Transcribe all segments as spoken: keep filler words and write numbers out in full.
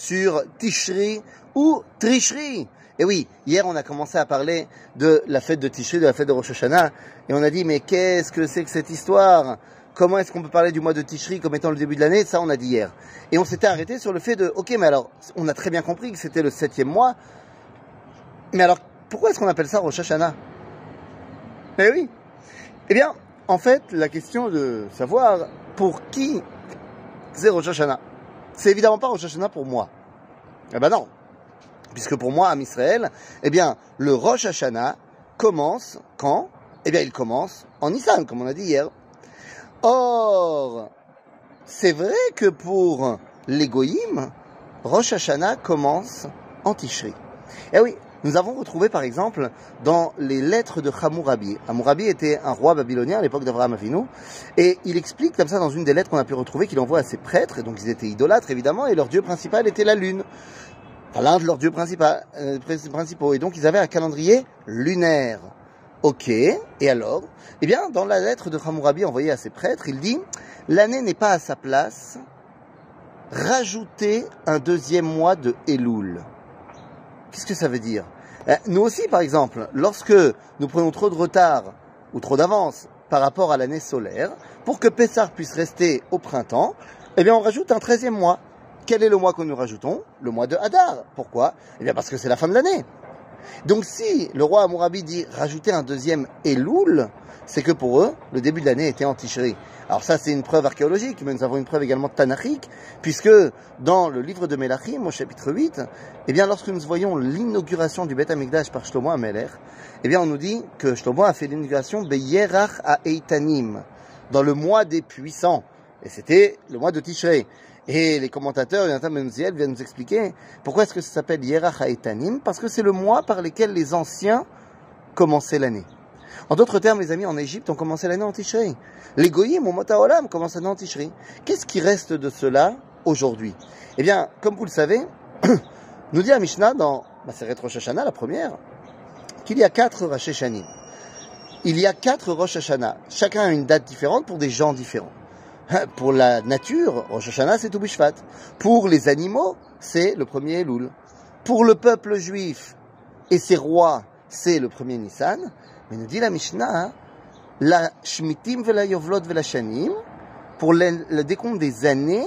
sur Tishri ou Trishri. Et oui, hier on a commencé à parler de la fête de Tishri, de la fête de Rosh Hashanah, et on a dit mais qu'est-ce que c'est que cette histoire? Comment est-ce qu'on peut parler du mois de Tishri comme étant le début de l'année? Ça on a dit hier. Et on s'était arrêté sur le fait de, ok mais alors, on a très bien compris que c'était le septième mois, mais alors pourquoi est-ce qu'on appelle ça Rosh Hashanah? Eh oui. Eh bien, en fait, la question de savoir pour qui c'est Rosh Hashanah, c'est évidemment pas Rosh Hashanah pour moi. Eh ben non. Puisque pour moi, à Israël, eh bien, le Rosh Hashanah commence quand? Eh bien, il commence en Nissan, comme on a dit hier. Or, c'est vrai que pour les Goïm, Rosh Hashanah commence en Tishri. Eh oui, nous avons retrouvé par exemple dans les lettres de Hammurabi. Hammurabi était un roi babylonien à l'époque d'Avraham Avinu, et il explique comme ça dans une des lettres qu'on a pu retrouver qu'il envoie à ses prêtres, et donc ils étaient idolâtres évidemment, et leur dieu principal était la lune. Enfin, l'un de leurs dieux principaux, euh, principaux. Et donc, ils avaient un calendrier lunaire. Ok. Et alors? Eh bien, dans la lettre de Hammurabi envoyée à ses prêtres, il dit, l'année n'est pas à sa place. Rajoutez un deuxième mois de Elul. Qu'est-ce que ça veut dire? Nous aussi, par exemple, lorsque nous prenons trop de retard ou trop d'avance par rapport à l'année solaire, pour que Pessah puisse rester au printemps, eh bien, on rajoute un treizième mois. Quel est le mois que nous rajoutons? Le mois de Hadar. Pourquoi? Eh bien parce que c'est la fin de l'année. Donc si le roi Hammurabi dit rajouter un deuxième Elul, c'est que pour eux, le début de l'année était en Tishri. Alors ça c'est une preuve archéologique, mais nous avons une preuve également tanachique, puisque dans le livre de Melachim, au chapitre huit, eh bien lorsque nous voyons l'inauguration du Beth Amikdash par Shlomo HaMelech, eh bien on nous dit que Shlomo a fait l'inauguration Beyerach HaEitanim, dans le mois des puissants. Et c'était le mois de Tishrei. Et les commentateurs, Yonatan Ben Uziel, viennent nous expliquer pourquoi est-ce que ça s'appelle Yerach HaEtanim, parce que c'est le mois par lequel les anciens commençaient l'année. En d'autres termes, les amis, en Égypte, on commençait l'année en Tishri. Les Goïm, au Mota Olam, commencent l'année en Tishri. Qu'est-ce qui reste de cela aujourd'hui? Eh bien, comme vous le savez, nous dit la Mishnah dans la Seret Rosh Hashanah, la première, qu'il y a quatre Rosh Hashanah. Il y a quatre Rosh Hashanah. Chacun a une date différente pour des gens différents. Pour la nature, Rosh Hashanah, c'est Tou B'Shvat. Pour les animaux, c'est le premier Elul. Pour le peuple juif et ses rois, c'est le premier Nissan. Mais nous dit la Mishnah, la Shmitim vela Yovlot vela Shanim, pour le, le décompte des années,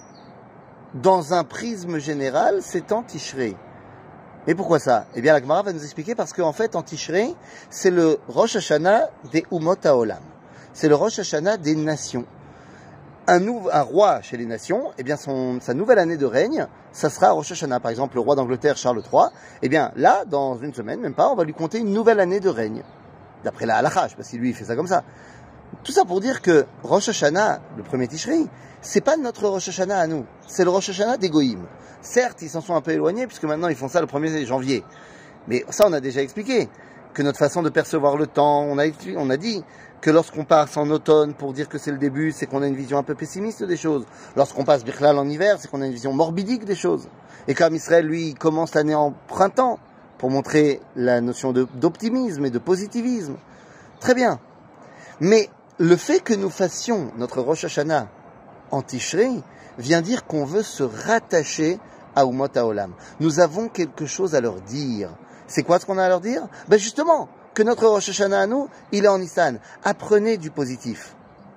dans un prisme général, c'est en Tishrei. Et pourquoi ça? Eh bien, la Gemara va nous expliquer parce qu'en fait, en Tishrei, c'est le Rosh Hashanah des Umot HaOlam. C'est le Rosh Hashanah des nations. Un, nou- un roi chez les nations, eh bien son, sa nouvelle année de règne, ça sera Rosh Hashanah. Par exemple, le roi d'Angleterre, Charles trois, eh bien là, dans une semaine, même pas, on va lui compter une nouvelle année de règne. D'après la halakha, je sais pas si lui il fait ça comme ça. Tout ça pour dire que Rosh Hashanah, le premier Tishri, c'est pas notre Rosh Hashanah à nous, c'est le Rosh Hashanah des Goïm. Certes, ils s'en sont un peu éloignés, puisque maintenant ils font ça le premier janvier. Mais ça, on a déjà expliqué, que notre façon de percevoir le temps, on a, on a dit que lorsqu'on passe en automne pour dire que c'est le début, c'est qu'on a une vision un peu pessimiste des choses. Lorsqu'on passe Bichlal en hiver, c'est qu'on a une vision morbidique des choses. Et comme Israël, lui, commence l'année en printemps pour montrer la notion de, d'optimisme et de positivisme. Très bien. Mais le fait que nous fassions notre Rosh Hashanah en Tishrei vient dire qu'on veut se rattacher à Umot HaOlam. Nous avons quelque chose à leur dire. C'est quoi ce qu'on a à leur dire? Ben justement, que notre Rosh Hashanah à nous, il est en Nissan. Apprenez du positif.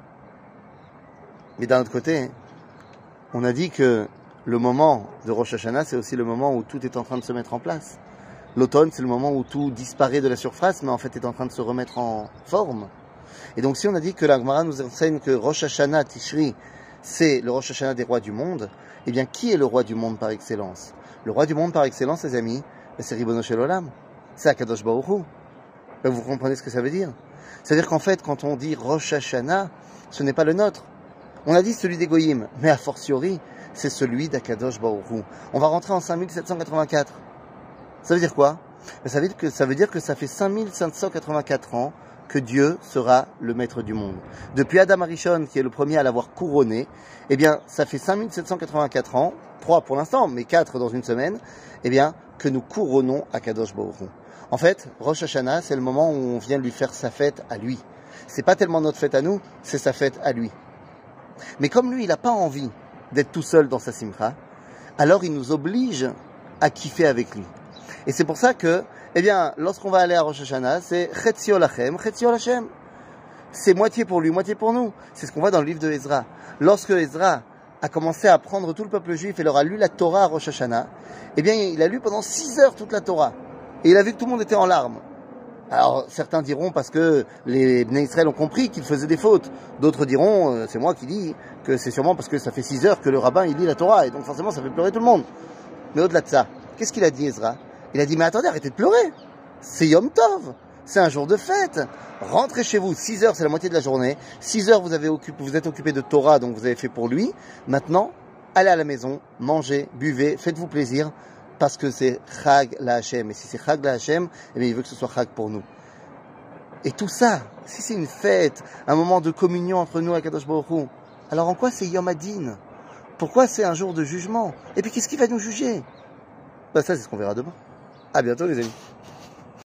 Mais d'un autre côté, on a dit que le moment de Rosh Hashanah, c'est aussi le moment où tout est en train de se mettre en place. L'automne, c'est le moment où tout disparaît de la surface, mais en fait est en train de se remettre en forme. Et donc si on a dit que la Gemara nous enseigne que Rosh Hashanah, Tishri, c'est le Rosh Hashanah des rois du monde, eh bien qui est le roi du monde par excellence? Le roi du monde par excellence, les amis, c'est Ribono Shel Olam. C'est Akadosh Baruch Hu. Vous comprenez ce que ça veut dire? C'est-à-dire qu'en fait, quand on dit Rosh Hashanah, ce n'est pas le nôtre. On a dit celui des Goïm, mais a fortiori, c'est celui d'Akadosh Baruch Hu. On va rentrer en cinq mille sept cent quatre-vingt-quatre. Ça veut dire quoi? Ça veut dire que ça veut dire que ça fait cinq mille cinq cent quatre-vingt-quatre ans que Dieu sera le maître du monde. Depuis Adam Arishon, qui est le premier à l'avoir couronné, eh bien, ça fait cinq mille sept cent quatre-vingt-quatre ans, trois pour l'instant, mais quatre dans une semaine, eh bien, que nous couronnons Akadosh Baruch Hu. En fait, Rosh Hashanah, c'est le moment où on vient lui faire sa fête à lui. C'est pas tellement notre fête à nous, c'est sa fête à lui. Mais comme lui, il n'a pas envie d'être tout seul dans sa simcha, alors il nous oblige à kiffer avec lui. Et c'est pour ça que, eh bien, lorsqu'on va aller à Rosh Hashanah, c'est Chetzio Lachem, Chetzio Lachem. C'est moitié pour lui, moitié pour nous. C'est ce qu'on voit dans le livre de Ezra. Lorsque Ezra a commencé à prendre tout le peuple juif et leur a lu la Torah à Rosh Hashanah, eh bien, il a lu pendant six heures toute la Torah. Et il a vu que tout le monde était en larmes. Alors, certains diront parce que les Bnei Israël ont compris qu'ils faisaient des fautes. D'autres diront, euh, c'est moi qui dis, que c'est sûrement parce que ça fait six heures que le rabbin, il lit la Torah. Et donc, forcément, ça fait pleurer tout le monde. Mais au-delà de ça, qu'est-ce qu'il a dit, Ezra? Il a dit, mais attendez, arrêtez de pleurer. C'est Yom Tov. C'est un jour de fête. Rentrez chez vous. six heures, c'est la moitié de la journée. six heures, vous, avez occupé, vous êtes occupé de Torah, donc vous avez fait pour lui. Maintenant, allez à la maison, mangez, buvez, faites-vous plaisir, parce que c'est Chag la Hashem. Et si c'est Chag la Hashem, eh bien, il veut que ce soit Chag pour nous. Et tout ça, si c'est une fête, un moment de communion entre nous et Kadosh Baruch Hu, alors en quoi c'est Yom Hadin? Pourquoi c'est un jour de jugement? Et puis qu'est-ce qui va nous juger? Ben ça, c'est ce qu'on verra demain. À bientôt, les amis.